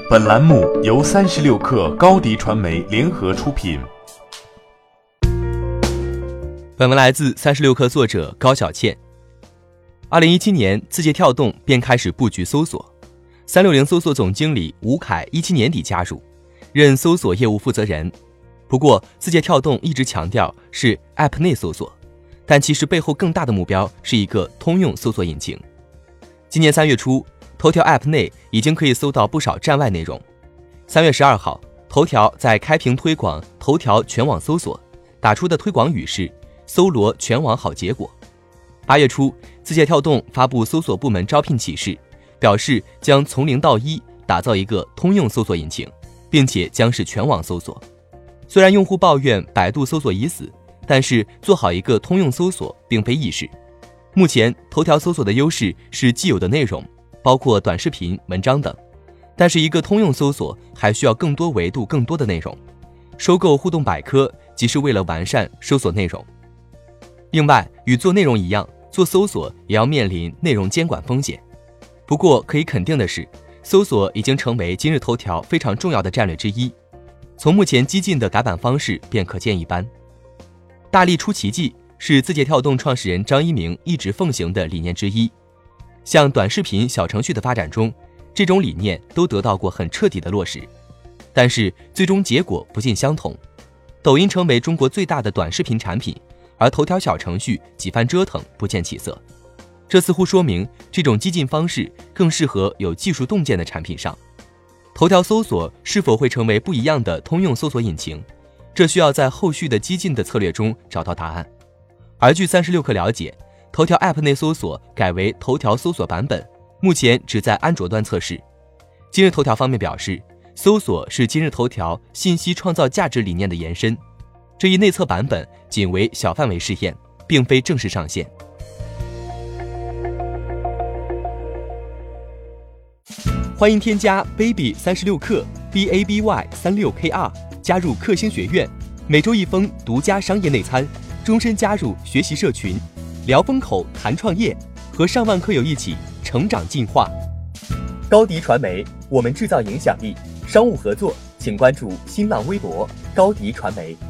本栏目由36氪高迪传媒联合出品。 本文来自36氪作者高小倩。2017年，字节跳动便开始布局搜索。360搜索总经理吴凯17年底加入，任搜索业务负责人。不过，字节跳动一直强调是 App 内搜索，但其实背后更大的目标是一个通用搜索引擎。今年3月初，头条 App 内已经可以搜到不少站外内容。3月12号，头条在开屏推广头条全网搜索，打出的推广语是搜罗全网好结果。8月初，字节跳动发布搜索部门招聘启事，表示将从0到1打造一个通用搜索引擎，并且将是全网搜索。虽然用户抱怨百度搜索已死，但是做好一个通用搜索并非易事。目前头条搜索的优势是既有的内容，包括短视频、文章等，但是一个通用搜索还需要更多维度、更多的内容。收购互动百科即是为了完善搜索内容。另外，与做内容一样，做搜索也要面临内容监管风险。不过可以肯定的是，搜索已经成为今日头条非常重要的战略之一。从目前激进的改版方式便可见一斑。大力出奇迹是字节跳动创始人张一鸣一直奉行的理念之一。像短视频、小程序的发展中，这种理念都得到过很彻底的落实，但是最终结果不尽相同。抖音成为中国最大的短视频产品，而头条小程序几番折腾不见起色。这似乎说明这种激进方式更适合有技术洞见的产品上。头条搜索是否会成为不一样的通用搜索引擎，这需要在后续的激进的策略中找到答案。而据36氪了解，头条 App 内搜索改为头条搜索版本，目前只在安卓端测试。今日头条方面表示，搜索是今日头条信息创造价值理念的延伸，这一内测版本仅为小范围试验，并非正式上线。欢迎添加 baby 36氪 BABY36KR 加入克星学院，每周1封独家商业内参，终身加入学习社群，聊风口谈创业，和上万课友一起成长进化。高迪传媒，我们制造影响力。商务合作请关注新浪微博高迪传媒。